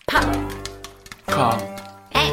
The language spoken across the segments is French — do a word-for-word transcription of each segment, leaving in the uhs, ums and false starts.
Pop. Ka. Hey.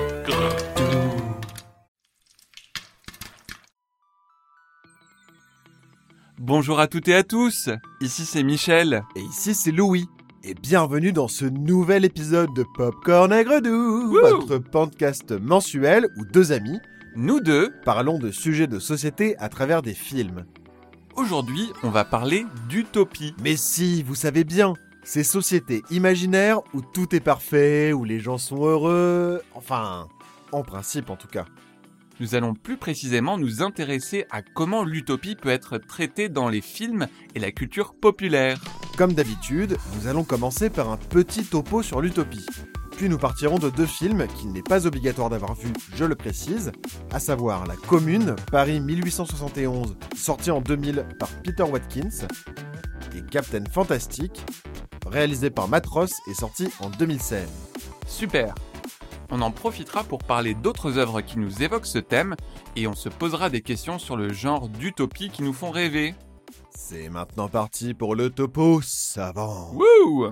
Bonjour à toutes et à tous, ici c'est Michel. Et ici c'est Louis. Et bienvenue dans ce nouvel épisode de Popcorn Aigre Doux, Wouh. votre podcast mensuel où deux amis Nous deux, parlons de sujets de société à travers des films. aujourd'hui on va parler d'utopie. Mais si, vous savez bien, ces sociétés imaginaires où tout est parfait, où les gens sont heureux, enfin, en principe en tout cas. Nous allons plus précisément nous intéresser à comment l'utopie peut être traitée dans les films et la culture populaire. Comme d'habitude, nous allons commencer par un petit topo sur l'utopie. Puis nous partirons de deux films qu'il n'est pas obligatoire d'avoir vus, je le précise, à savoir La Commune, Paris mille huit cent soixante et onze, sorti en deux mille par Peter Watkins, et Captain Fantastic, réalisé par Matt Ross et sorti en deux mille seize. Super. On en profitera pour parler d'autres œuvres qui nous évoquent ce thème et on se posera des questions sur le genre d'utopie qui nous font rêver. C'est maintenant parti pour le topo savant. Wouh!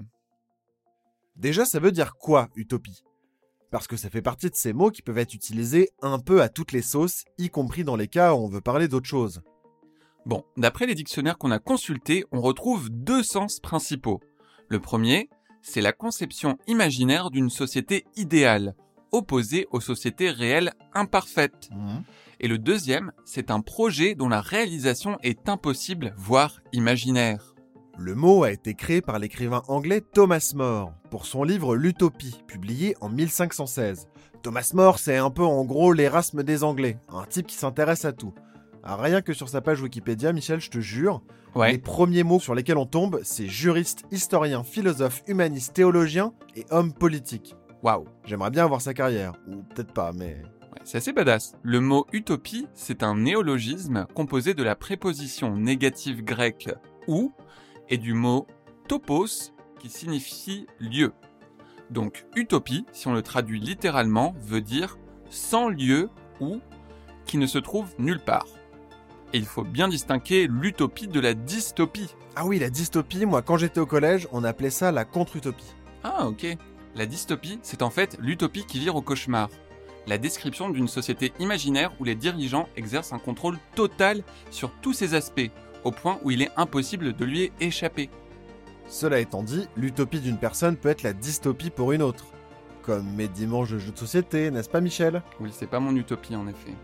Déjà, ça veut dire quoi, utopie ? Parce que ça fait partie de ces mots qui peuvent être utilisés un peu à toutes les sauces, y compris dans les cas où on veut parler d'autre chose. Bon, d'après les dictionnaires qu'on a consultés, on retrouve deux sens principaux. Le premier, c'est la conception imaginaire d'une société idéale, opposée aux sociétés réelles imparfaites. Mmh. Et le deuxième, c'est un projet dont la réalisation est impossible, voire imaginaire. Le mot a été créé par l'écrivain anglais Thomas More pour son livre L'Utopie, publié en mille cinq cent seize. Thomas More, c'est un peu en gros l'Erasme des Anglais, un type qui s'intéresse à tout. Ah, rien que sur sa page Wikipédia, Michel, je te jure, Ouais. les premiers mots sur lesquels on tombe, c'est juriste, historien, philosophe, humaniste, théologien et homme politique. Waouh. J'aimerais bien avoir sa carrière, ou peut-être pas, mais... Ouais, c'est assez badass. Le mot utopie, c'est un néologisme composé de la préposition négative grecque ou et du mot topos qui signifie lieu. Donc utopie, si on le traduit littéralement, veut dire sans lieu ou qui ne se trouve nulle part. Et il faut bien distinguer l'utopie de la dystopie. Ah oui, la dystopie, moi quand j'étais au collège, on appelait ça la contre-utopie. Ah ok. La dystopie, c'est en fait l'utopie qui vire au cauchemar. La description d'une société imaginaire où les dirigeants exercent un contrôle total sur tous ses aspects, au point où il est impossible de lui échapper. Cela étant dit, l'utopie d'une personne peut être la dystopie pour une autre. Comme mes dimanches de jeux de société, n'est-ce pas Michel ? Oui, c'est pas mon utopie en effet.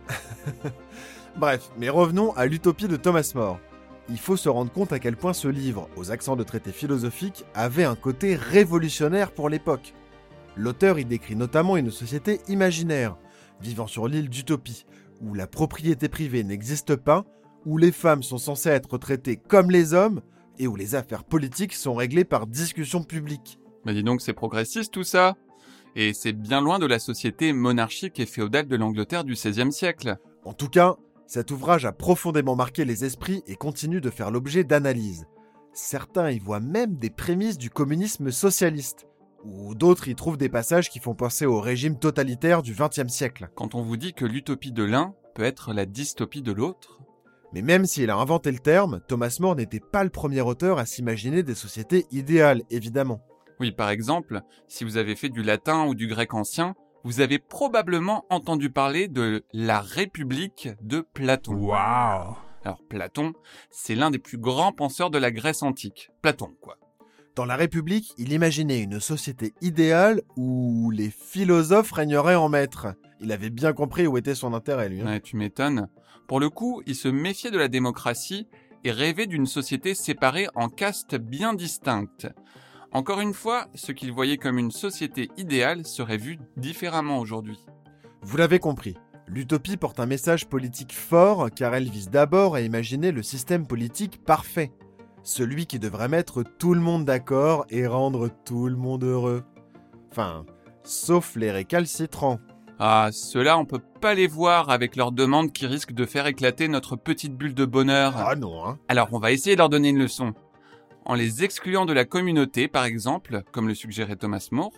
Bref, mais revenons à l'utopie de Thomas More. Il faut se rendre compte à quel point ce livre, aux accents de traité philosophique, avait un côté révolutionnaire pour l'époque. L'auteur y décrit notamment une société imaginaire, vivant sur l'île d'Utopie, où la propriété privée n'existe pas, où les femmes sont censées être traitées comme les hommes, et où les affaires politiques sont réglées par discussion publique. Bah dis donc, c'est progressiste tout ça. Et c'est bien loin de la société monarchique et féodale de l'Angleterre du seizième siècle. En tout cas, cet ouvrage a profondément marqué les esprits et continue de faire l'objet d'analyses. Certains y voient même des prémices du communisme socialiste, ou d'autres y trouvent des passages qui font penser au régime totalitaire du vingtième siècle. Quand on vous dit que l'utopie de l'un peut être la dystopie de l'autre, Mais même s'il a inventé le terme, Thomas More n'était pas le premier auteur à s'imaginer des sociétés idéales, évidemment. oui, par exemple, si vous avez fait du latin ou du grec ancien, vous avez probablement entendu parler de la République de Platon. Wow. Alors Platon, c'est l'un des plus grands penseurs de la Grèce antique. Platon, quoi. Dans la République, il imaginait une société idéale où les philosophes régneraient en maître. Il avait bien compris où était son intérêt, lui. hein. Ouais, tu m'étonnes. Pour le coup, il se méfiait de la démocratie et rêvait d'une société séparée en castes bien distinctes. Encore une fois, ce qu'il voyait comme une société idéale serait vu différemment aujourd'hui. Vous l'avez compris, l'utopie porte un message politique fort car elle vise d'abord à imaginer le système politique parfait. Celui qui devrait mettre tout le monde d'accord et rendre tout le monde heureux. Enfin, sauf les récalcitrants. Ah, ceux-là, on peut pas les voir avec leurs demandes qui risquent de faire éclater notre petite bulle de bonheur. Ah non, hein. Alors, on va essayer de leur donner une leçon. En les excluant de la communauté, par exemple, comme le suggérait Thomas More,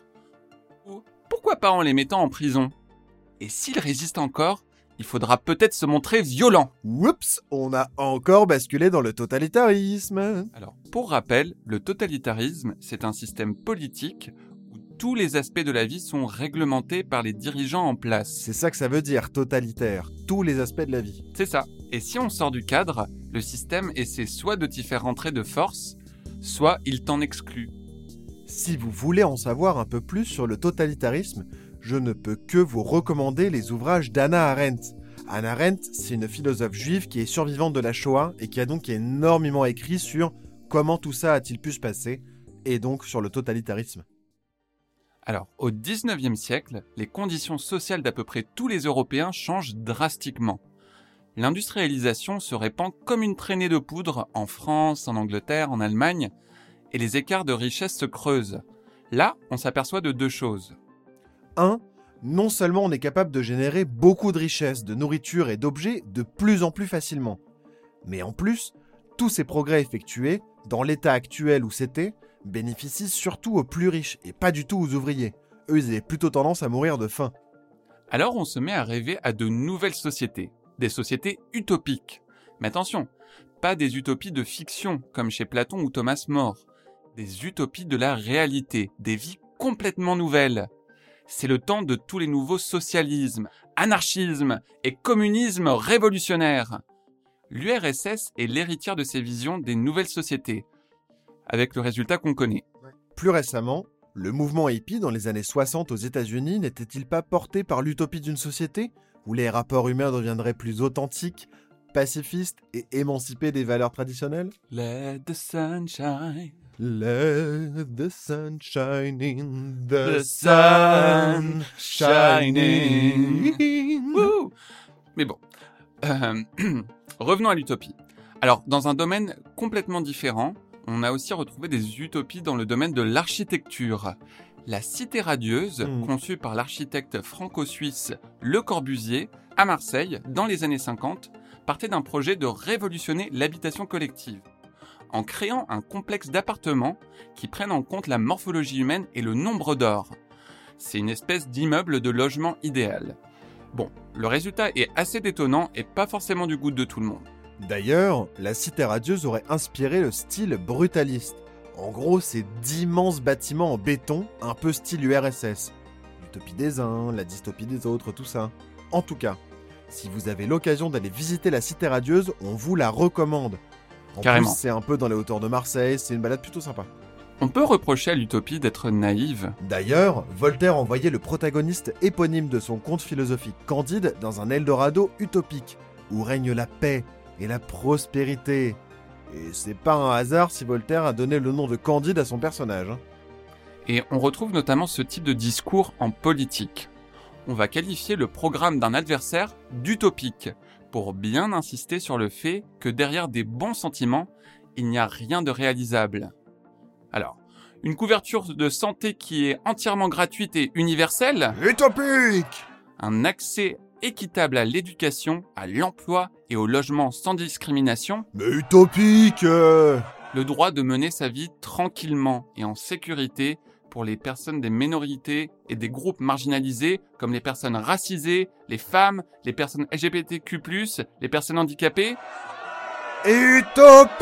ou pourquoi pas en les mettant en prison. Et s'ils résistent encore, il faudra peut-être se montrer violent. Oups, on a encore basculé dans le totalitarisme. Alors, pour rappel, le totalitarisme, c'est un système politique où tous les aspects de la vie sont réglementés par les dirigeants en place. C'est ça que ça veut dire, totalitaire. Tous les aspects de la vie. C'est ça. Et si on sort du cadre, le système essaie soit de t'y faire rentrer de force, soit il t'en exclut. Si vous voulez en savoir un peu plus sur le totalitarisme, je ne peux que vous recommander les ouvrages d'Hannah Arendt. Hannah Arendt, c'est une philosophe juive qui est survivante de la Shoah et qui a donc énormément écrit sur comment tout ça a-t-il pu se passer, et donc sur le totalitarisme. Alors, au dix-neuvième siècle, les conditions sociales d'à peu près tous les Européens changent drastiquement. L'industrialisation se répand comme une traînée de poudre en France, en Angleterre, en Allemagne, et les écarts de richesse se creusent. Là, on s'aperçoit de deux choses. un. Non seulement on est capable de générer beaucoup de richesses, de nourriture et d'objets de plus en plus facilement, mais en plus, tous ces progrès effectués, dans l'état actuel où c'était, bénéficient surtout aux plus riches et pas du tout aux ouvriers. Eux, ils avaient plutôt tendance à mourir de faim. Alors on se met à rêver à de nouvelles sociétés, des sociétés utopiques. Mais attention, pas des utopies de fiction, comme chez Platon ou Thomas More. Des utopies de la réalité, des vies complètement nouvelles. C'est le temps de tous les nouveaux socialismes, anarchismes et communismes révolutionnaires. L'U R S S est l'héritière de ces visions des nouvelles sociétés, avec le résultat qu'on connaît. Plus récemment, le mouvement hippie dans les années soixante aux États-Unis n'était-il pas porté par l'utopie d'une société où les rapports humains deviendraient plus authentiques, pacifistes et émancipés des valeurs traditionnelles? Let the sun shine. Let the sun shine in the, The sun shining. Wouh. Mais bon, euh, revenons à l'utopie. Alors, dans un domaine complètement différent, on a aussi retrouvé des utopies dans le domaine de l'architecture. La Cité radieuse, Mmh. conçue par l'architecte franco-suisse Le Corbusier, à Marseille, dans les années cinquante, partait d'un projet de révolutionner l'habitation collective, en créant un complexe d'appartements qui prennent en compte la morphologie humaine et le nombre d'or. C'est une espèce d'immeuble de logement idéal. Bon, le résultat est assez détonnant et pas forcément du goût de tout le monde. D'ailleurs, la Cité radieuse aurait inspiré le style brutaliste. En gros, c'est d'immenses bâtiments en béton, un peu style U R S S. L'utopie des uns, la dystopie des autres, tout ça. En tout cas, si vous avez l'occasion d'aller visiter la Cité radieuse, on vous la recommande. En Carrément. plus, c'est un peu dans les hauteurs de Marseille, c'est une balade plutôt sympa. On peut reprocher à l'utopie d'être naïve. D'ailleurs, Voltaire envoyait le protagoniste éponyme de son conte philosophique Candide dans un Eldorado utopique, où règne la paix et la prospérité. Et c'est pas un hasard si Voltaire a donné le nom de Candide à son personnage. hein. Et on retrouve notamment ce type de discours en politique. On va qualifier le programme d'un adversaire d'utopique, pour bien insister sur le fait que derrière des bons sentiments, il n'y a rien de réalisable. Alors, une couverture de santé qui est entièrement gratuite et universelle, Utopique! un accès équitable à l'éducation, à l'emploi et au logement sans discrimination, Mais utopique euh le droit de mener sa vie tranquillement et en sécurité pour les personnes des minorités et des groupes marginalisés comme les personnes racisées, les femmes, les personnes L G B T Q plus, les personnes handicapées. Utopique!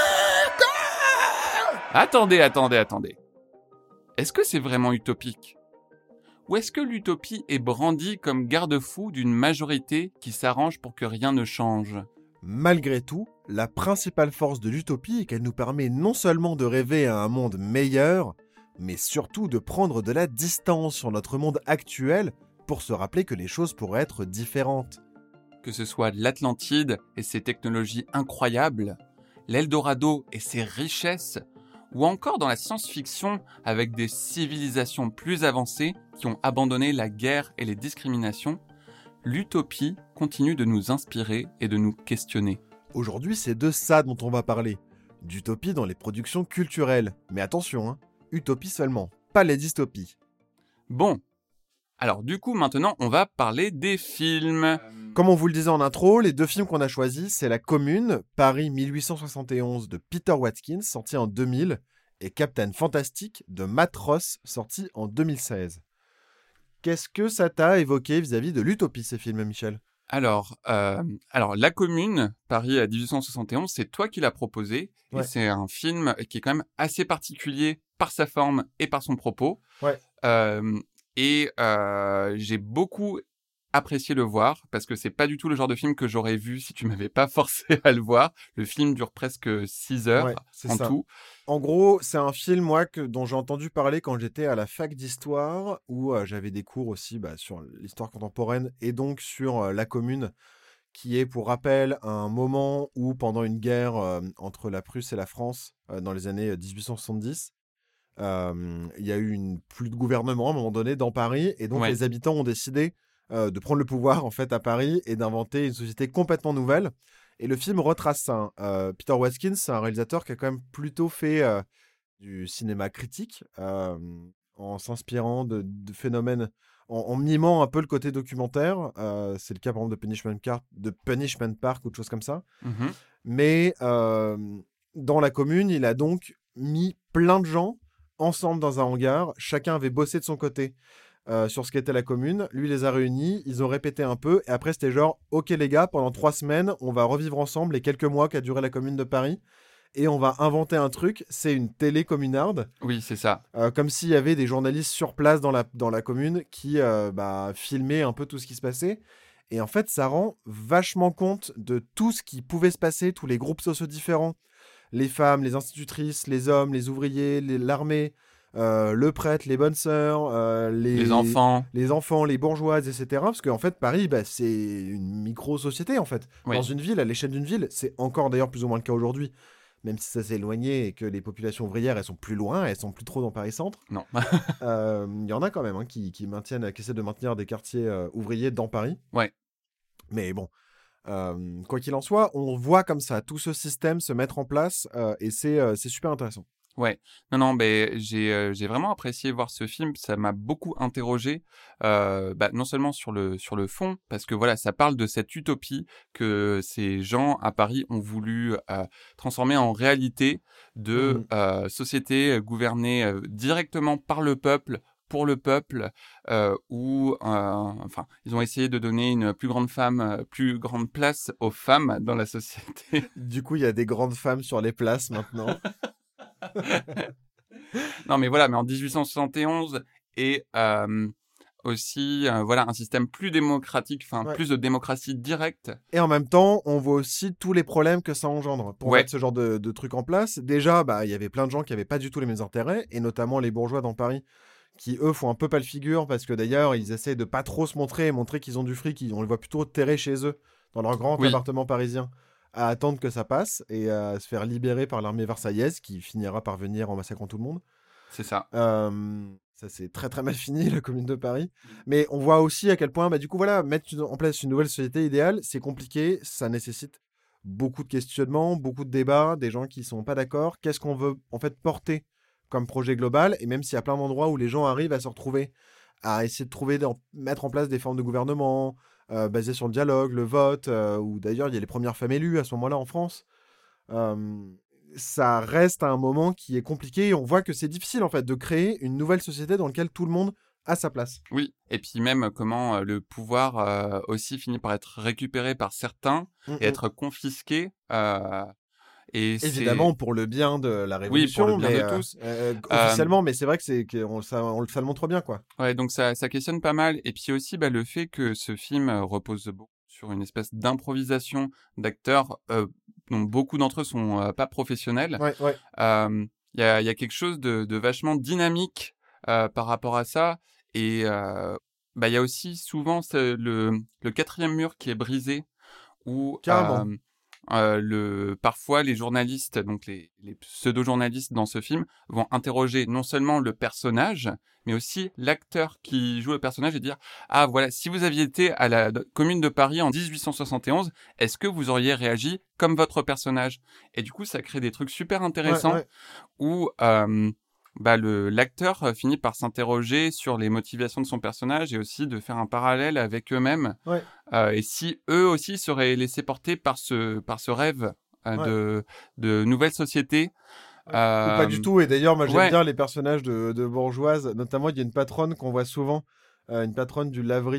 Attendez, attendez, attendez. Est-ce que c'est vraiment utopique ? Ou est-ce que l'utopie est brandie comme garde-fou d'une majorité qui s'arrange pour que rien ne change ? Malgré tout, la principale force de l'utopie est qu'elle nous permet non seulement de rêver à un monde meilleur, mais surtout de prendre de la distance sur notre monde actuel pour se rappeler que les choses pourraient être différentes. Que ce soit l'Atlantide et ses technologies incroyables, l'Eldorado et ses richesses, ou encore dans la science-fiction avec des civilisations plus avancées qui ont abandonné la guerre et les discriminations, l'utopie continue de nous inspirer et de nous questionner. Aujourd'hui, c'est de ça dont on va parler. D'utopie dans les productions culturelles. Mais attention, hein, utopie seulement, pas les dystopies. Bon, alors du coup maintenant on va parler des films. Comme on vous le disait en intro, les deux films qu'on a choisis, c'est La Commune, Paris mille huit cent soixante et onze de Peter Watkins, sorti en deux mille, et Captain Fantastic de Matt Ross, sorti en deux mille seize. Qu'est-ce que ça t'a évoqué vis-à-vis de l'utopie, ces films, Michel ? Alors, euh, alors La Commune, Paris à dix-huit cent soixante et onze, c'est toi qui l'as proposé, Ouais. et c'est un film qui est quand même assez particulier par sa forme et par son propos. Ouais. Euh, et euh, j'ai beaucoup apprécié le voir parce que c'est pas du tout le genre de film que j'aurais vu si tu m'avais pas forcé à le voir. Le film dure presque six heures Ouais, c'est en ça. tout. En gros, c'est un film, moi, que, dont j'ai entendu parler quand j'étais à la fac d'histoire, où euh, j'avais des cours aussi bah, sur l'histoire contemporaine et donc sur euh, la Commune, qui est, pour rappel, un moment où, pendant une guerre euh, entre la Prusse et la France, euh, dans les années dix-huit cent soixante-dix, euh, il y a eu une plus de gouvernement à un moment donné dans Paris, et donc Ouais. les habitants ont décidé euh, de prendre le pouvoir en fait à Paris et d'inventer une société complètement nouvelle. Et le film retrace ça, hein. Euh, Peter Watkins, c'est un réalisateur qui a quand même plutôt fait euh, du cinéma critique, euh, en s'inspirant de, de phénomènes, en, en mimant un peu le côté documentaire. Euh, c'est le cas par exemple de Punishment, Car- de Punishment Park ou de choses comme ça. Mhm. Mais euh, dans la Commune, il a donc mis plein de gens ensemble dans un hangar. Chacun avait bossé de son côté euh, sur ce qu'était la Commune. Lui les a réunis, ils ont répété un peu. Et après, c'était genre, ok les gars, pendant trois semaines, on va revivre ensemble les quelques mois qu'a duré la Commune de Paris. Et on va inventer un truc, c'est une télé communarde. Oui, c'est ça. Euh, comme s'il y avait des journalistes sur place dans la, dans la commune qui euh, bah, filmaient un peu tout ce qui se passait. Et en fait, ça rend vachement compte de tout ce qui pouvait se passer, tous les groupes sociaux différents, les femmes, les institutrices, les hommes, les ouvriers, les- l'armée, euh, le prêtre, les bonnes sœurs, euh, les, Les enfants. les enfants, les bourgeoises, et cetera. Parce qu'en fait, Paris, bah, c'est une micro-société, en fait. Oui. Dans une ville, à l'échelle d'une ville, c'est encore d'ailleurs plus ou moins le cas aujourd'hui, même si ça s'est éloigné et que les populations ouvrières, elles sont plus loin, elles sont plus trop dans Paris-Centre. Non. Euh, Il y en a quand même hein, qui, qui maintiennent, qui essaient de maintenir des quartiers euh, ouvriers dans Paris. Ouais. Mais bon, euh, quoi qu'il en soit, on voit comme ça tout ce système se mettre en place euh, et c'est euh, c'est super intéressant. Ouais, non, non, ben j'ai euh, j'ai vraiment apprécié voir ce film. Ça m'a beaucoup interrogé, euh, bah, non seulement sur le sur le fond, parce que voilà, ça parle de cette utopie que ces gens à Paris ont voulu euh, transformer en réalité de Mhm. euh, société gouvernée euh, directement par le peuple, pour le peuple, euh, où euh, enfin ils ont essayé de donner une plus grande femme, euh, plus grande place aux femmes dans la société. Du coup, il y a des grandes femmes sur les places maintenant. Non, mais voilà, mais en dix-huit cent soixante et onze et euh, aussi euh, voilà un système plus démocratique, enfin Ouais. plus de démocratie directe. Et en même temps, on voit aussi tous les problèmes que ça engendre pour Ouais. mettre ce genre de, de trucs en place. Déjà, bah, il y avait plein de gens qui n'avaient pas du tout les mêmes intérêts, et notamment les bourgeois dans Paris, qui eux font un peu pâle figure parce que d'ailleurs, ils essaient de pas trop se montrer et montrer qu'ils ont du fric. ils- On les voit plutôt terrés chez eux, dans leur grand Oui. appartement parisien, à attendre que ça passe et à se faire libérer par l'armée versaillaise qui finira par venir en massacrant tout le monde. C'est ça. Euh, ça c'est très très mal fini, la Commune de Paris. Mais on voit aussi à quel point, bah, du coup, voilà, mettre une- en place une nouvelle société idéale, c'est compliqué, ça nécessite beaucoup de questionnements, beaucoup de débats, des gens qui sont pas d'accord. Qu'est-ce qu'on veut en fait porter comme projet global? Et même s'il y a plein d'endroits où les gens arrivent à se retrouver, à essayer de trouver, d'en- mettre en place des formes de gouvernement euh, basées sur le dialogue, le vote, euh, ou d'ailleurs il y a les premières femmes élues à ce moment-là en France. Euh, Ça reste un moment qui est compliqué et on voit que c'est difficile en fait de créer une nouvelle société dans laquelle tout le monde a sa place. Oui. Et puis même comment euh, le pouvoir euh, aussi finit par être récupéré par certains Mm, et mm. être confisqué. Euh, et Évidemment c'est pour le bien de la oui pour révolution, le bien mais de euh, tous. euh, Euh, officiellement, mais c'est vrai que c'est que on, ça, on- ça le montre bien quoi. Ouais, donc ça, ça questionne pas mal. Et puis aussi, bah, le fait que ce film euh, repose beaucoup sur une espèce d'improvisation d'acteurs, euh, dont beaucoup d'entre eux sont euh, pas professionnels. Ouais, ouais. Euh, Il y a, il y a quelque chose de, de vachement dynamique euh, par rapport à ça. Et euh, bah, il y a aussi souvent ce- le, le quatrième mur qui est brisé, où Carrément. euh, euh, le, parfois les journalistes, donc les, les pseudo-journalistes dans ce film, vont interroger non seulement le personnage, mais aussi l'acteur qui joue le personnage et dire « Ah voilà, si vous aviez été à la Commune de Paris en dix-huit cent soixante et onze, est-ce que vous auriez réagi comme votre personnage ?» Et du coup, ça crée des trucs super intéressants Ouais, ouais. où euh, bah, le, l'acteur euh, finit par s'interroger sur les motivations de son personnage et aussi de faire un parallèle avec eux-mêmes. Ouais. Euh, et si eux aussi seraient laissés porter par ce, par ce rêve euh, Ouais. de, de nouvelle société. Ou pas du Euh, tout. Et d'ailleurs, moi j'aime ouais. bien les personnages de, de bourgeoises. Notamment, il y a une patronne qu'on voit souvent, euh, une patronne du laverie,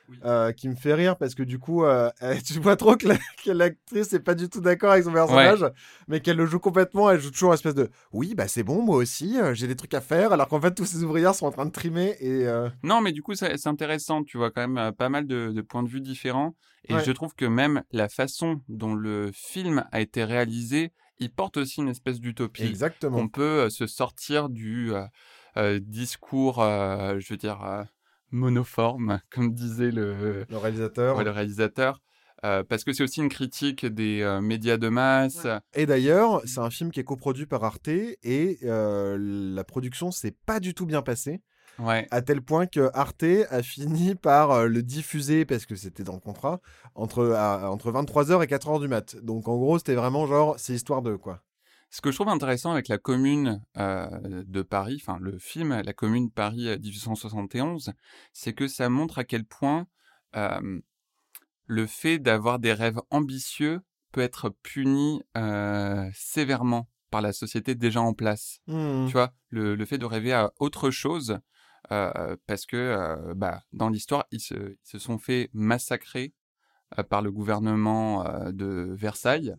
Oui. euh, qui me fait rire parce que du coup, euh, euh, tu vois trop que, la- que l'actrice est pas du tout d'accord avec son personnage, Ouais. mais qu'elle le joue complètement. Elle joue toujours une espèce de oui, bah c'est bon, moi aussi, euh, j'ai des trucs à faire, alors qu'en fait tous ces ouvrières sont en train de trimer et euh, Non, mais du coup, c'est c'est intéressant. Tu vois quand même euh, pas mal de, de points de vue différents. Et ouais, je trouve que même la façon dont le film a été réalisé, il porte aussi une espèce d'utopie qu'on exactement. peut euh, se sortir du euh, euh, discours, euh, je veux dire, euh, monoforme, comme disait le, Le ouais, réalisateur. le réalisateur. Euh, parce que c'est aussi une critique des euh, médias de masse. Ouais. Et d'ailleurs, c'est un film qui est coproduit par Arte et euh, la production s'est pas du tout bien passée. Ouais. À tel point que Arte a fini par euh, le diffuser, parce que c'était dans le contrat, entre, à- entre vingt-trois heures et quatre heures du mat. Donc en gros, c'était vraiment genre, c'est histoire de quoi. Ce que je trouve intéressant avec la Commune euh, de Paris, enfin le film, la Commune Paris euh, dix-huit cent soixante et onze, c'est que ça montre à quel point euh, le fait d'avoir des rêves ambitieux peut être puni euh, sévèrement par la société déjà en place. Tu Hmm. vois, le, le fait de rêver à autre chose, euh, parce que euh, bah, dans l'histoire, ils se, ils se sont fait massacrer euh, par le gouvernement euh, de Versailles.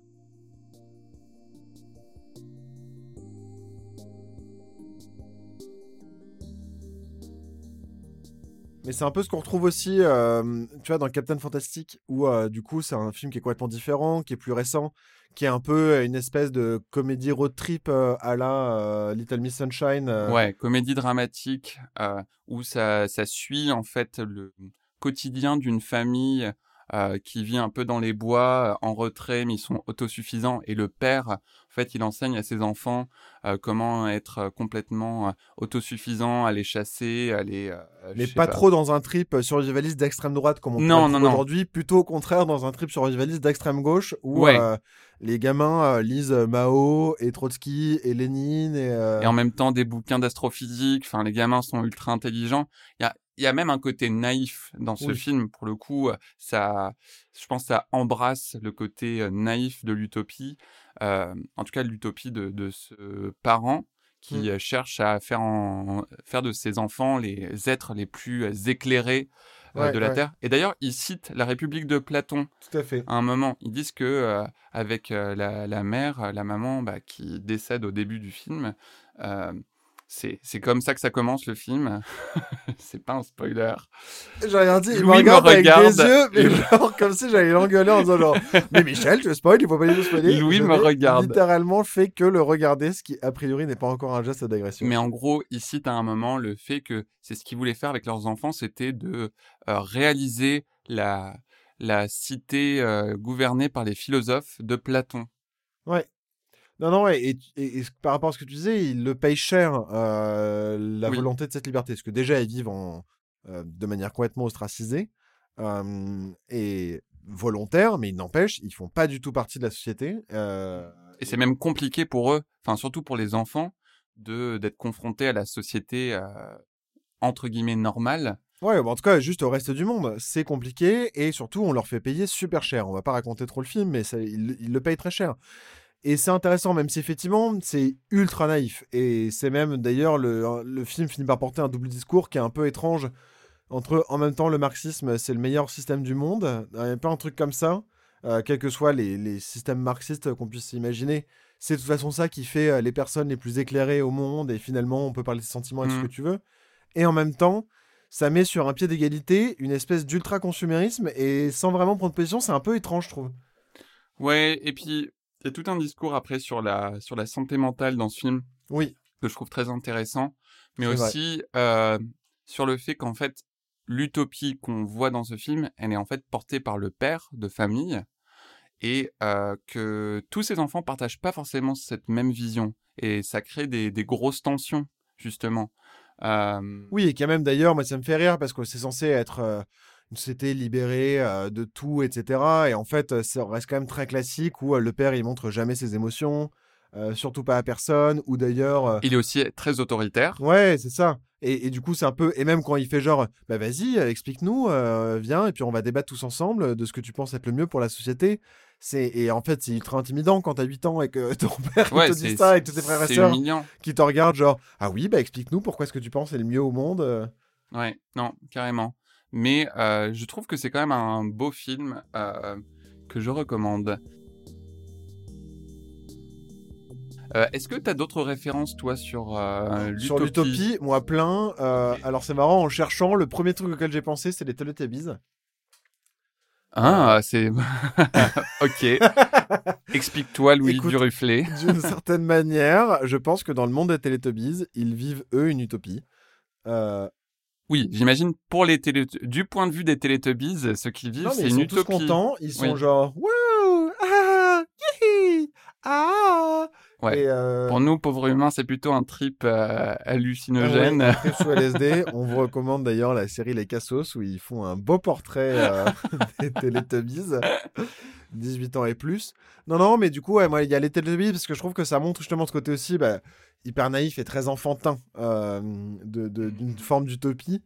Mais c'est un peu ce qu'on retrouve aussi, euh, tu vois, dans Captain Fantastic, où euh, du coup, c'est un film qui est complètement différent, qui est plus récent, qui est un peu une espèce de comédie road trip euh, à la euh, Little Miss Sunshine. euh. Ouais, comédie dramatique euh, où ça, ça suit en fait le quotidien d'une famille euh, qui vit un peu dans les bois, euh, en retrait, mais ils sont autosuffisants. Et le père, en fait, il enseigne à ses enfants euh, comment être euh, complètement euh, autosuffisant, aller chasser, aller, euh, Mais je sais pas pas. trop dans un trip survivaliste d'extrême droite comme on pourrait le Non, non, trouver non. aujourd'hui, plutôt au contraire dans un trip survivaliste d'extrême gauche où Ouais. euh, les gamins euh, lisent Mao et Trotsky et Lénine et Et euh, en même temps des bouquins d'astrophysique. Enfin, les gamins sont ultra intelligents. Il y a, il y a même un côté naïf dans ce oui, film. Pour le coup, euh, ça, je pense, que ça embrasse le côté euh, naïf de l'utopie. Euh, en tout cas, l'utopie de, de ce parent mm, qui euh, cherche à faire en, faire de ses enfants les êtres les plus euh, éclairés euh, ouais, de la ouais, Terre. Et d'ailleurs, il cite la République de Platon tout à fait. à un moment. Ils disent que euh, avec euh, la, la mère, euh, la maman bah, qui décède au début du film, euh, c'est c'est comme ça que ça commence le film. C'est pas un spoiler. J'ai rien dit, il me Louis me regarde avec des regarde. yeux, mais genre comme si j'allais l'engueuler en disant genre mais Michel, tu spoil, il faut pas du tout spoiler. Louis Je me n'ai regarde. littéralement fait que le regarder, ce qui a priori n'est pas encore un geste d'agression. Mais en gros, il cite à un moment le fait que c'est ce qu'ils voulaient faire avec leurs enfants, c'était de euh, réaliser la, la cité euh, gouvernée par les philosophes de Platon. Ouais. Non, non, ouais, et, et- et par rapport à ce que tu disais, ils le payent cher, euh, la Oui. volonté de cette liberté. Parce que déjà, ils vivent en, euh, de manière complètement ostracisée euh, et volontaire, mais il n'empêche, ils font pas du tout partie de la société. euh, Et c'est et- même compliqué pour eux, enfin surtout pour les enfants, de d'être confrontés à la société euh, entre guillemets normale. Ouais, bah, en tout cas, juste au reste du monde, c'est compliqué et surtout, on leur fait payer super cher. On va pas raconter trop le film, mais ça, ils, ils le payent très cher. Et c'est intéressant, même si effectivement, c'est ultra naïf. Et c'est même, d'ailleurs, le, le film finit par porter un double discours qui est un peu étrange. Entre, en même temps, le marxisme, c'est le meilleur système du monde. Il y a pas un truc comme ça. Euh, quels que soient les, les systèmes marxistes qu'on puisse imaginer. C'est de toute façon ça qui fait euh, les personnes les plus éclairées au monde. Et finalement, on peut parler de sentiments et de ce que Mm. tu veux. Et en même temps, ça met sur un pied d'égalité une espèce d'ultra-consumérisme. Et sans vraiment prendre position, c'est un peu étrange, je trouve. Ouais, et puis il y a tout un discours après sur la sur la santé mentale dans ce film Oui, que je trouve très intéressant, mais c'est vrai. aussi euh, sur le fait qu'en fait l'utopie qu'on voit dans ce film, elle est en fait portée par le père de famille et euh, que tous ces enfants partagent pas forcément cette même vision et ça crée des, des grosses tensions justement. Euh, Oui, et quand même d'ailleurs, moi ça me fait rire parce que c'est censé être euh, une société libérée euh, de tout, et cetera. Et en fait, euh, ça reste quand même très classique où euh, le père il montre jamais ses émotions, euh, surtout pas à personne, ou d'ailleurs, euh, il est aussi très autoritaire. ouais, c'est ça. Et, et du coup, c'est un peu, et même quand il fait genre, bah vas-y, euh, explique-nous, euh, viens, et puis on va débattre tous ensemble de ce que tu penses être le mieux pour la société. C'est, et en fait, c'est ultra intimidant quand t'as huit ans et que ton père il Ouais, te dit c'est ça avec tous tes frères et c'est sœurs humiliant. qui te regardent genre, ah oui, bah explique-nous pourquoi est-ce que tu penses est le mieux au monde. euh. Ouais, non, carrément. mais euh, je trouve que c'est quand même un beau film euh, que je recommande. Euh, est-ce que tu as d'autres références, toi, sur euh, l'utopie ? Sur l'utopie, moi plein. Euh, okay. Alors c'est marrant, en cherchant, le premier truc auquel j'ai pensé, c'est les Teletubbies. Ah, euh... c'est... ok. Explique-toi, Louis Écoute, Duruflé. D'une certaine manière, je pense que dans le monde des Teletubbies, ils vivent, eux, une utopie. Euh... Oui, j'imagine, pour les télé... du point de vue des Teletubbies, ce qu'ils vivent, non, c'est une utopie. Ils sont tous contents, ils sont oui. genre « Wouh Ah Yihi Ah !» Ouais. Et euh... Pour nous, pauvres humains, c'est plutôt un trip euh, hallucinogène. Ah ouais, un trip sous L S D. On vous recommande d'ailleurs la série Les Cassos, où ils font un beau portrait euh, des Teletubbies. dix-huit ans et plus. Non, non, mais du coup, ouais, moi, il y a les Teletubbies, parce que je trouve que ça montre justement ce côté aussi bah, hyper naïf et très enfantin euh, de, de, d'une forme d'utopie.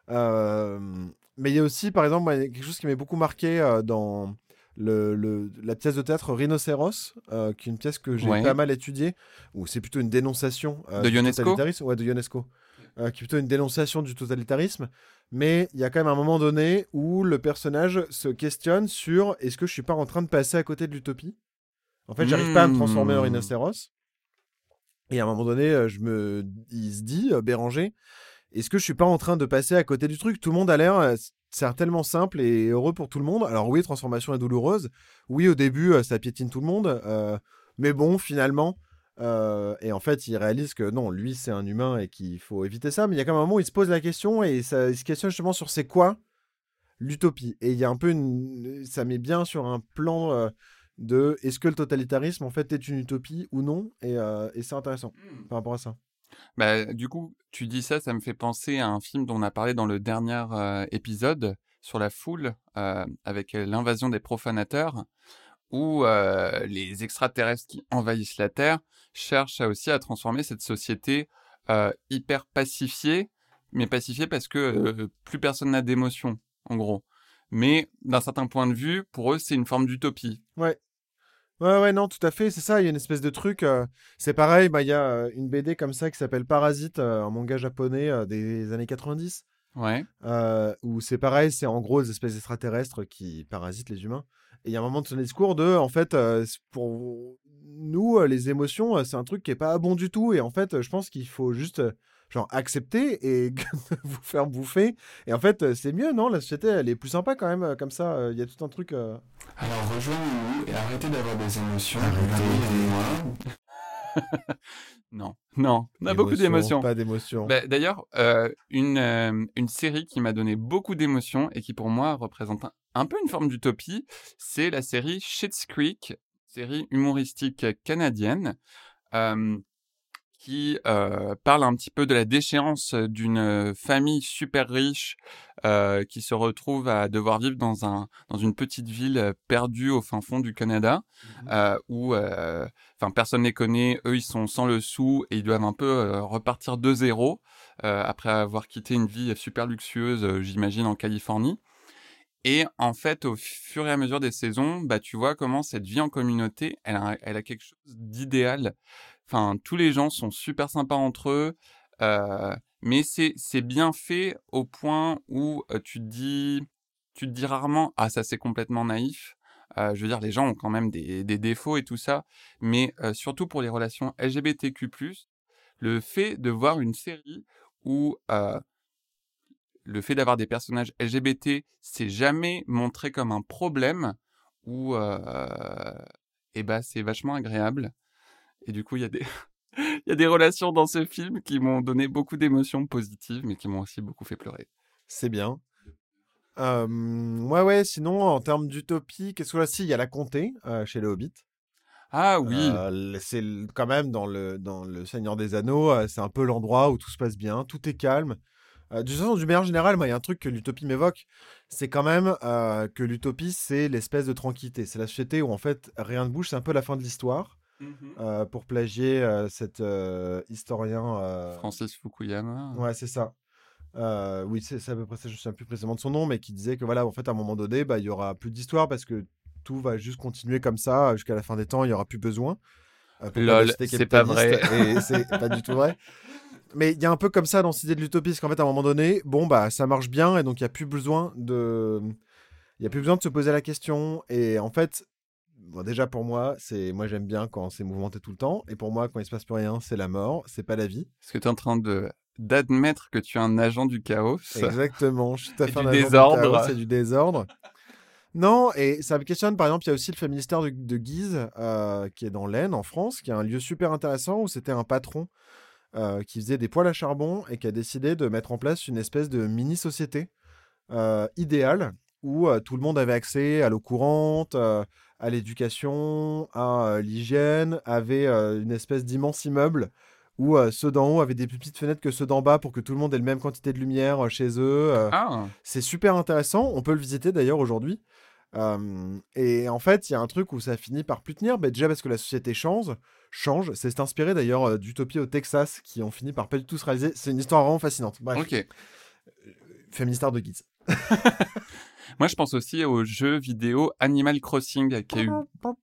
Euh, mais il y a aussi, par exemple, moi, quelque chose qui m'a beaucoup marqué euh, dans... Le, le, la pièce de théâtre Rhinocéros, euh, qui est une pièce que j'ai ouais. pas mal étudiée, où c'est plutôt une dénonciation euh, de du Ionesco totalitarisme. Ouais, de Ionesco. Euh, qui est plutôt une dénonciation du totalitarisme. Mais il y a quand même un moment donné où le personnage se questionne sur est-ce que je suis pas en train de passer à côté de l'utopie ? En fait, j'arrive mmh. pas à me transformer en rhinocéros. Et à un moment donné, je me... il se dit, Béranger, est-ce que je suis pas en train de passer à côté du truc ? Tout le monde a l'air... C'est tellement simple et heureux pour tout le monde. Alors oui, transformation est douloureuse. Oui, au début, ça piétine tout le monde. Euh, mais bon, finalement... Euh, et en fait, il réalise que non, lui, c'est un humain et qu'il faut éviter ça. Mais il y a quand même un moment où il se pose la question et ça, il se questionne justement sur c'est quoi l'utopie. Et il y a un peu une... Ça met bien sur un plan euh, de est-ce que le totalitarisme, en fait, est une utopie ou non ? Et, euh, et c'est intéressant mmh. par rapport à ça. Bah, du coup, tu dis ça, ça me fait penser à un film dont on a parlé dans le dernier euh, épisode sur la foule, euh, avec l'invasion des profanateurs, où euh, les extraterrestres qui envahissent la Terre cherchent aussi à transformer cette société euh, hyper pacifiée, mais pacifiée parce que euh, plus personne n'a d'émotion, en gros. Mais d'un certain point de vue, pour eux, c'est une forme d'utopie. Ouais. Ouais, ouais, non, tout à fait, c'est ça, il y a une espèce de truc, euh, c'est pareil, bah, il y a euh, une B D comme ça qui s'appelle Parasite, euh, un manga japonais euh, des années quatre-vingt-dix, ouais. euh, où c'est pareil, c'est en gros des espèces extraterrestres qui parasitent les humains, et il y a un moment de son discours de, en fait, euh, pour nous, euh, les émotions, euh, c'est un truc qui est pas bon du tout, et en fait, euh, je pense qu'il faut juste... Euh, genre accepter et vous faire bouffer. Et en fait, c'est mieux, non ? La société, elle est plus sympa quand même, comme ça. Il y a tout un truc... Euh... Alors, rejoignez-nous et arrêtez d'avoir des émotions. Arrêtez. non, non, on a beaucoup d'émotions. Pas d'émotions. Bah, d'ailleurs, euh, une, euh, une série qui m'a donné beaucoup d'émotions et qui, pour moi, représente un, un peu une forme d'utopie, c'est la série Schitt's Creek, série humoristique canadienne, euh, qui euh, parle un petit peu de la déchéance d'une famille super riche euh, qui se retrouve à devoir vivre dans, un, dans une petite ville perdue au fin fond du Canada, mmh. euh, où euh, personne ne les connaît, eux ils sont sans le sou et ils doivent un peu euh, repartir de zéro euh, après avoir quitté une vie super luxueuse, euh, j'imagine, en Californie. Et en fait, au fur et à mesure des saisons, bah, tu vois comment cette vie en communauté, elle a, elle a quelque chose d'idéal. Enfin, tous les gens sont super sympas entre eux, euh, mais c'est, c'est bien fait au point où euh, tu te dis, tu te dis rarement « Ah, ça c'est complètement naïf ». Euh, je veux dire, les gens ont quand même des, des défauts et tout ça, mais euh, surtout pour les relations L G B T Q plus, le fait de voir une série où... Euh, le fait d'avoir des personnages L G B T, c'est jamais montré comme un problème, ou euh, et bah c'est vachement agréable. Et du coup, il y a des il y a des relations dans ce film qui m'ont donné beaucoup d'émotions positives, mais qui m'ont aussi beaucoup fait pleurer. C'est bien. Euh, ouais, ouais. Sinon, en termes d'utopie, qu'est-ce que là, si il y a la comté euh, chez les Hobbits. Ah oui. Euh, c'est quand même dans le dans le Seigneur des Anneaux, euh, c'est un peu l'endroit où tout se passe bien, tout est calme. Euh, du sens du meilleur général, moi, il y a un truc que l'utopie m'évoque, c'est quand même euh, que l'utopie, c'est l'espèce de tranquillité. C'est la société où, en fait, rien ne bouge, c'est un peu la fin de l'histoire. Mm-hmm. Euh, pour plagier euh, cet euh, historien... Euh... Francis Fukuyama. Ouais, c'est ça. Euh, oui, c'est, c'est à peu près ça, je ne me souviens plus précisément de son nom, mais qui disait que, voilà, en fait, à un moment donné, bah, il n'y aura plus d'histoire parce que tout va juste continuer comme ça jusqu'à la fin des temps, il n'y aura plus besoin. Euh, Lol, c'est pas vrai. Et c'est pas du tout vrai. Mais il y a un peu comme ça dans cette idée de l'utopie, parce qu'en fait, à un moment donné, bon, bah, ça marche bien, et donc il n'y a plus besoin de... Il y a plus besoin de se poser la question. Et en fait, bon, déjà pour moi, c'est moi j'aime bien quand c'est mouvementé tout le temps. Et pour moi, quand il se passe plus rien, c'est la mort, c'est pas la vie. Est-ce que tu es en train de d'admettre que tu es un agent du chaos? Exactement, je suis tout à Et fait du un agent désordre. chaos, c'est du désordre. Non, et ça me questionne, par exemple, il y a aussi le fait ministère de, de Guise, euh, qui est dans l'Aisne, en France, qui est un lieu super intéressant où c'était un patron euh, qui faisait des poêles à charbon et qui a décidé de mettre en place une espèce de mini-société euh, idéale où euh, tout le monde avait accès à l'eau courante, euh, à l'éducation, à euh, l'hygiène, avait euh, une espèce d'immense immeuble où euh, ceux d'en haut avaient des plus petites fenêtres que ceux d'en bas pour que tout le monde ait la même quantité de lumière euh, chez eux. euh. Ah, C'est super intéressant, on peut le visiter d'ailleurs aujourd'hui. Euh, et en fait, il y a un truc où ça finit par plus tenir, bah, déjà parce que la société change, change. C'est inspiré d'ailleurs euh, d'utopies au Texas qui ont fini par pas du tout se réaliser. C'est une histoire vraiment fascinante. Bref, ok. fait ministère de Guise. Moi, je pense aussi au jeu vidéo Animal Crossing qui a eu,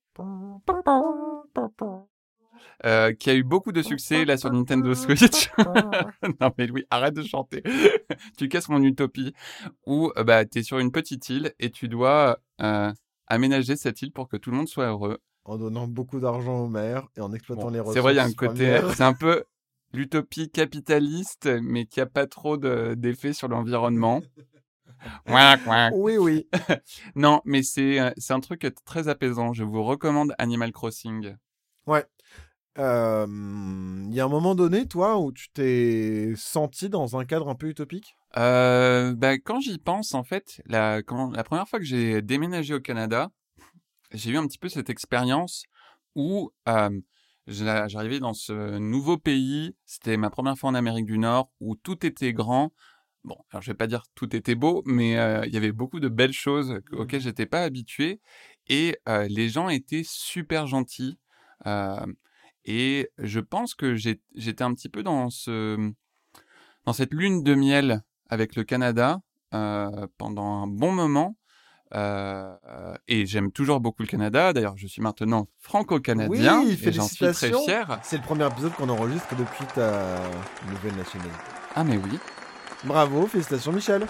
euh, qui a eu beaucoup de succès là sur Nintendo Switch. Non mais Louis, arrête de chanter. Tu casses mon utopie. Où euh, bah, tu es sur une petite île et tu dois euh, aménager cette île pour que tout le monde soit heureux. En donnant beaucoup d'argent aux maires et en exploitant Bon, les ressources. c'est vrai, il y a un côté... premières. C'est un peu l'utopie capitaliste, mais qui a pas trop de- d'effet sur l'environnement. Ouin, ouin. Oui, oui. Non, mais c'est euh, c'est un truc très apaisant. Je vous recommande Animal Crossing. Ouais. Euh, Il y a un moment donné, toi, où tu t'es senti dans un cadre un peu utopique? Euh, bah, quand j'y pense, en fait, la, quand, la première fois que j'ai déménagé au Canada, j'ai eu un petit peu cette expérience où euh, j'a- j'arrivais dans ce nouveau pays. C'était ma première fois en Amérique du Nord où tout était grand. Bon, alors je vais pas dire tout était beau, mais euh, il y avait beaucoup de belles choses auxquelles j'étais pas habitué et euh, les gens étaient super gentils. Euh, et je pense que j'ai- j'étais un petit peu dans ce dans cette lune de miel avec le Canada euh, pendant un bon moment. Euh, euh, et j'aime toujours beaucoup le Canada. D'ailleurs, je suis maintenant franco-canadien Oui, et j'en suis très félicitations. fier. C'est le premier épisode qu'on enregistre depuis ta nouvelle nationalité. Ah mais oui. Bravo, félicitations Michel.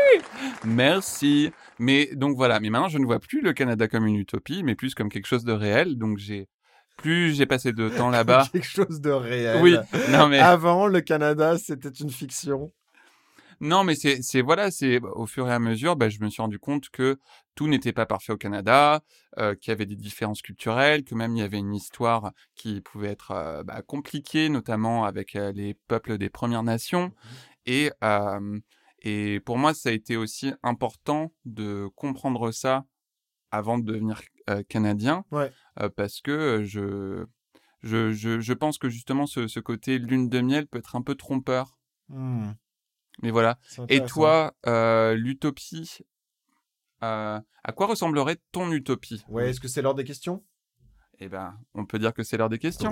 Merci. Mais donc voilà, mais maintenant je ne vois plus le Canada comme une utopie, mais plus comme quelque chose de réel. Donc j'ai plus j'ai passé de temps là-bas. Quelque chose de réel. Oui, non mais Avant, le Canada, c'était une fiction. non mais c'est c'est voilà, c'est au fur et à mesure, bah, je me suis rendu compte que tout n'était pas parfait au Canada, euh, qu'il y avait des différences culturelles, que même il y avait une histoire qui pouvait être euh, bah, compliquée, notamment avec euh, les peuples des Premières Nations. Et euh, et pour moi, ça a été aussi important de comprendre ça avant de devenir euh, canadien, Ouais. euh, parce que euh, je, je, je, je pense que justement ce, ce côté lune de miel peut être un peu trompeur. Hmm, Mais voilà. c'est Et intéressant. toi, euh, l'utopie, euh, à quoi ressemblerait ton utopie? Ouais, est-ce que c'est l'heure des questions? Eh ben, on peut dire que c'est l'heure des questions.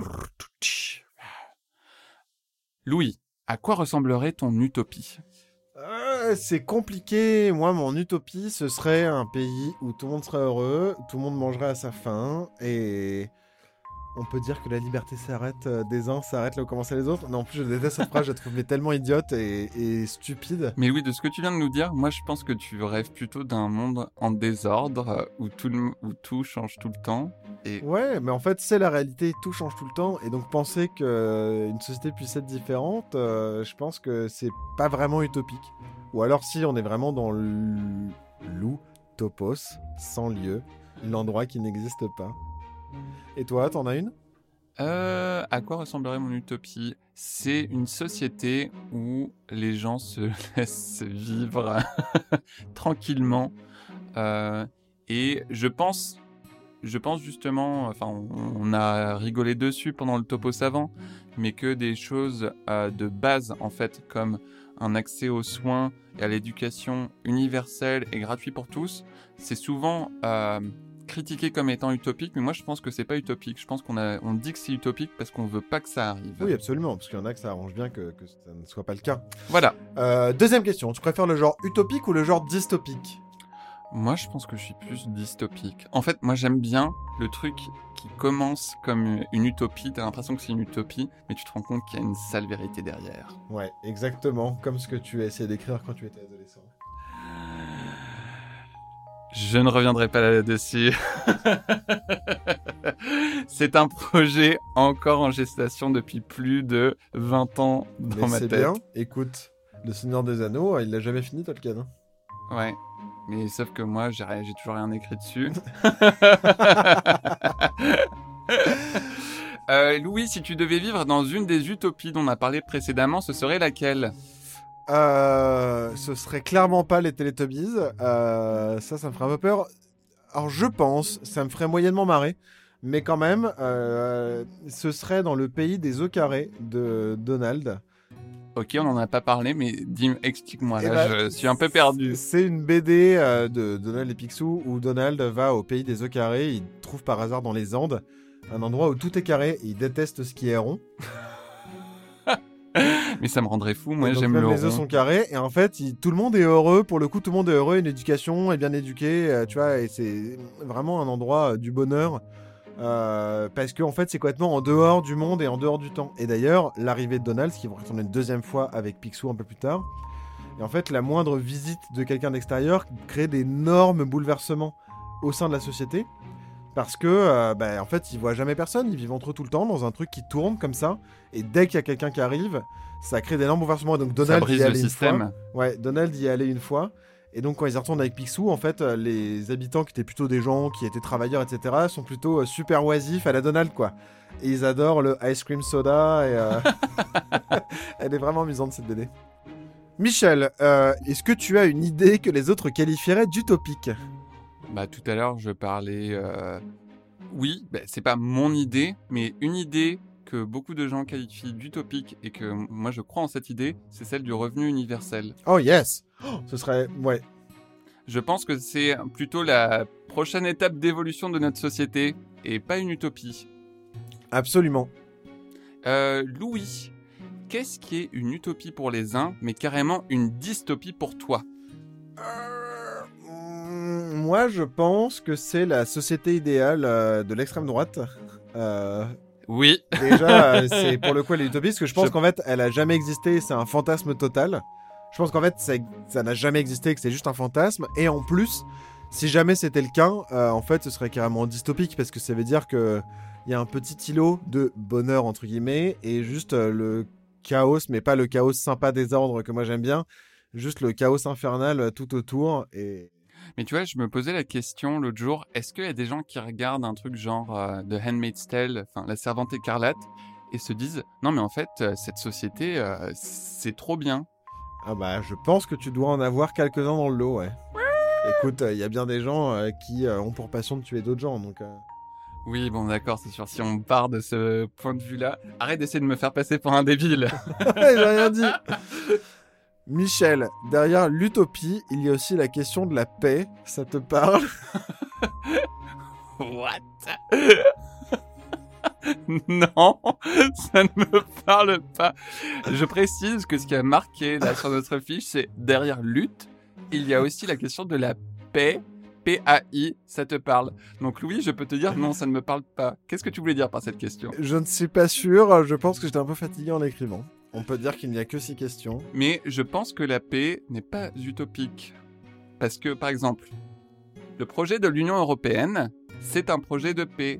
Louis, à quoi ressemblerait ton utopie? Euh, c'est compliqué. Moi, mon utopie, ce serait un pays où tout le monde serait heureux, tout le monde mangerait à sa faim, et on peut dire que la liberté s'arrête euh, des uns, s'arrête là où commencent les autres. Non, en plus, je déteste cette phrase, je la trouve mais tellement idiote et, et stupide. Mais oui, de ce que tu viens de nous dire, moi je pense que tu rêves plutôt d'un monde en désordre, euh, où tout, le- où tout change tout le temps. Et Ouais, mais en fait, c'est la réalité, tout change tout le temps, et donc penser qu'une société puisse être différente, euh, je pense que c'est pas vraiment utopique. Ou alors si on est vraiment dans l- l'utopos, sans lieu, l'endroit qui n'existe pas. Et toi, t'en as une? Euh, à quoi ressemblerait mon utopie? C'est une société où les gens se laissent vivre tranquillement. Euh, et je pense, je pense justement, enfin, on, on a rigolé dessus pendant le topo savant, mais que des choses euh, de base, en fait, comme un accès aux soins et à l'éducation universelle et gratuit pour tous, c'est souvent euh, critiqué comme étant utopique, mais moi je pense que c'est pas utopique. Je pense qu'on a, on dit que c'est utopique parce qu'on veut pas que ça arrive. Oui, absolument, parce qu'il y en a que ça arrange bien que, que ça ne soit pas le cas. Voilà. Euh, deuxième question, tu préfères le genre utopique ou le genre dystopique? Moi, je pense que je suis plus dystopique. En fait, moi, j'aime bien le truc qui commence comme une utopie. T'as l'impression que c'est une utopie, mais tu te rends compte qu'il y a une sale vérité derrière. Ouais, exactement, comme ce que tu as essayé d'écrire quand tu étais adolescent. Je ne reviendrai pas là-dessus. C'est un projet encore en gestation depuis plus de vingt ans dans Mais ma c'est tête. bien, écoute, Le Seigneur des Anneaux, il l'a jamais fini, Tolkien. Hein. Ouais, mais sauf que moi, j'ai, j'ai toujours rien écrit dessus. euh, Louis, si tu devais vivre dans une des utopies dont on a parlé précédemment, ce serait laquelle ? Euh, ce serait clairement pas les Teletubbies. Euh, ça, ça me ferait un peu peur. Alors, je pense, ça me ferait moyennement marrer. Mais quand même, euh, ce serait dans le pays des œufs carrés de Donald. Ok, on n'en a pas parlé, mais dis, explique-moi, Eh là, ben, je suis un peu perdu. C'est une B D euh, de Donald et Picsou où Donald va au pays des œufs carrés. Il trouve par hasard dans les Andes un endroit où tout est carré et il déteste ce qui est rond. Mais ça me rendrait fou, moi Et donc j'aime même le les œufs rond. sont carrés et en fait il- tout le monde est heureux, pour le coup tout le monde est heureux, une éducation est bien éduquée, euh, tu vois, et c'est vraiment un endroit euh, du bonheur euh, parce que en fait c'est complètement en dehors du monde et en dehors du temps. Et d'ailleurs l'arrivée de Donald, ce qui va retourner une deuxième fois avec Picsou un peu plus tard, et en fait la moindre visite de quelqu'un d'extérieur crée d'énormes bouleversements au sein de la société. Parce que, euh, bah, en fait, ils voient jamais personne, ils vivent entre eux tout le temps dans un truc qui tourne comme ça. Et dès qu'il y a quelqu'un qui arrive, ça crée d'énormes bouleversements. Donc Ça Donald brise y est le allé une fois. système. Ouais, Donald y est allé une fois. Et donc quand ils y retournent avec Picsou, en fait, euh, les habitants qui étaient plutôt des gens qui étaient travailleurs, et cetera, sont plutôt euh, super oisifs à la Donald, quoi. Et ils adorent le ice cream soda. Et, euh, elle est vraiment amusante cette B D. Michel, euh, est-ce que tu as une idée que les autres qualifieraient d'utopique ? Bah, tout à l'heure, je parlais... euh, Oui, bah, c'est pas mon idée, mais une idée que beaucoup de gens qualifient d'utopique et que moi je crois en cette idée, c'est celle du revenu universel. Oh yes, oh, ce serait... Ouais. Je pense que c'est plutôt la prochaine étape d'évolution de notre société et pas une utopie. Absolument. Euh, Louis, qu'est-ce qui est une utopie pour les uns, mais carrément une dystopie pour toi ? Euh, mm, moi, je pense que c'est la société idéale euh, de l'extrême droite. Euh, Oui. déjà, euh, c'est pour le coup elle est utopiste, parce que je pense Je- qu'en fait, elle a jamais existé, c'est un fantasme total. Je pense qu'en fait, ça ça n'a jamais existé, que c'est juste un fantasme. Et en plus, si jamais c'était le cas, euh, en fait, ce serait carrément dystopique, parce que ça veut dire que il y a un petit îlot de bonheur, entre guillemets, et juste euh, le chaos, mais pas le chaos sympa désordre que moi j'aime bien, juste le chaos infernal euh, tout autour. Et Mais tu vois, je me posais la question l'autre jour, est-ce qu'il y a des gens qui regardent un truc genre euh, The Handmaid's Tale, enfin La Servante écarlate, et se disent « Non mais en fait, euh, cette société, euh, c'est trop bien. ah bah, je pense que tu dois en avoir quelques-uns dans le lot, ouais. Écoute, il y a bien des gens euh, qui euh, ont pour passion de tuer d'autres gens, donc... euh, » Oui, bon d'accord, c'est sûr, si on part de ce point de vue-là, arrête d'essayer de me faire passer pour un débile. J'ai rien dit. Michel, derrière l'utopie, il y a aussi la question de la paix. Ça te parle ? What? Non, ça ne me parle pas. Je précise que ce qui a marqué là sur notre fiche, c'est derrière lutte, il y a aussi la question de la paix. P A I, ça te parle. Donc Louis, je peux te dire non, ça ne me parle pas. Qu'est-ce que tu voulais dire par cette question ? Je ne suis pas sûr. Je pense que j'étais un peu fatigué en l'écrivant. On peut dire qu'il n'y a que six questions. Mais je pense que la paix n'est pas utopique. Parce que, par exemple, le projet de l'Union européenne, c'est un projet de paix.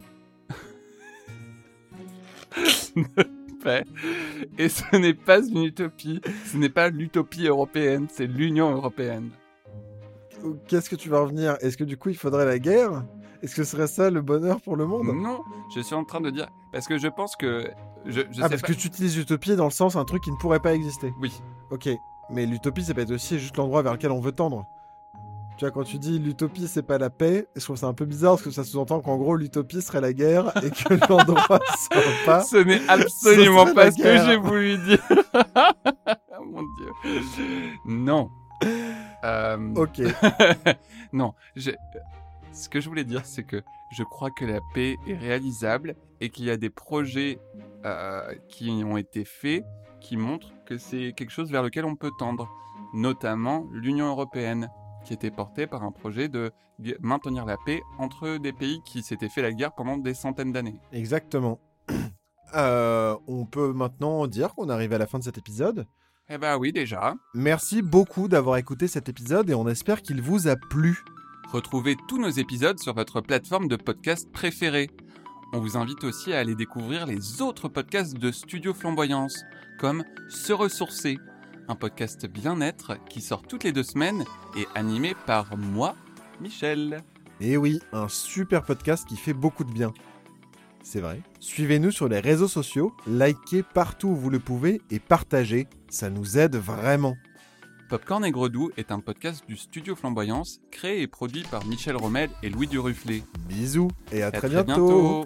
De paix. Et ce n'est pas une utopie. Ce n'est pas l'utopie européenne, c'est l'Union européenne. Qu'est-ce que tu vas revenir ? Est-ce que du coup il faudrait la guerre ? Est-ce que ce serait ça le bonheur pour le monde ? Non, je suis en train de dire... Parce que je pense que... Je, je Ah, sais parce pas... que tu utilises utopie dans le sens un truc qui ne pourrait pas exister. Oui. Ok, mais l'utopie, ça peut être aussi juste l'endroit vers lequel on veut tendre. Tu vois, quand tu dis l'utopie, c'est pas la paix, je trouve ça un peu bizarre parce que ça sous-entend qu'en gros, l'utopie serait la guerre et que l'endroit soit pas. Ce n'est absolument serait pas la ce que guerre. j'ai voulu dire. Oh mon Dieu. Non. Euh, Ok. non. je- Ce que je voulais dire, c'est que je crois que la paix est réalisable et qu'il y a des projets euh, qui ont été faits qui montrent que c'est quelque chose vers lequel on peut tendre, notamment l'Union européenne. qui était porté par un projet de gu- maintenir la paix entre des pays qui s'étaient fait la guerre pendant des centaines d'années. Exactement. Euh, on peut maintenant dire qu'on arrive à la fin de cet épisode. Eh bah oui, déjà. Merci beaucoup d'avoir écouté cet épisode et on espère qu'il vous a plu. Retrouvez tous nos épisodes sur votre plateforme de podcast préférée. On vous invite aussi à aller découvrir les autres podcasts de Studio Flamboyance, comme Se Ressourcer, un podcast bien-être qui sort toutes les deux semaines et animé par moi, Michel. Et oui, un super podcast qui fait beaucoup de bien. C'est vrai. Suivez-nous sur les réseaux sociaux, likez partout où vous le pouvez et partagez, ça nous aide vraiment. Popcorn et Gredou est un podcast du Studio Flamboyance, créé et produit par Michel Rommel et Louis Duruflé. Bisous et à, À très, très bientôt. bientôt.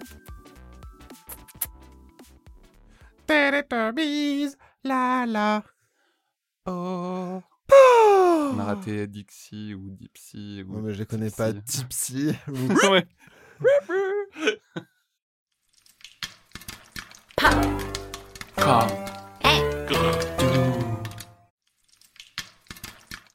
Teletubbies, la la. Oh. Oh. On a raté Dixie ou Dipsy. Ou Non mais je les connais pas, Tipsy. Tipsy. Ouais. Ah.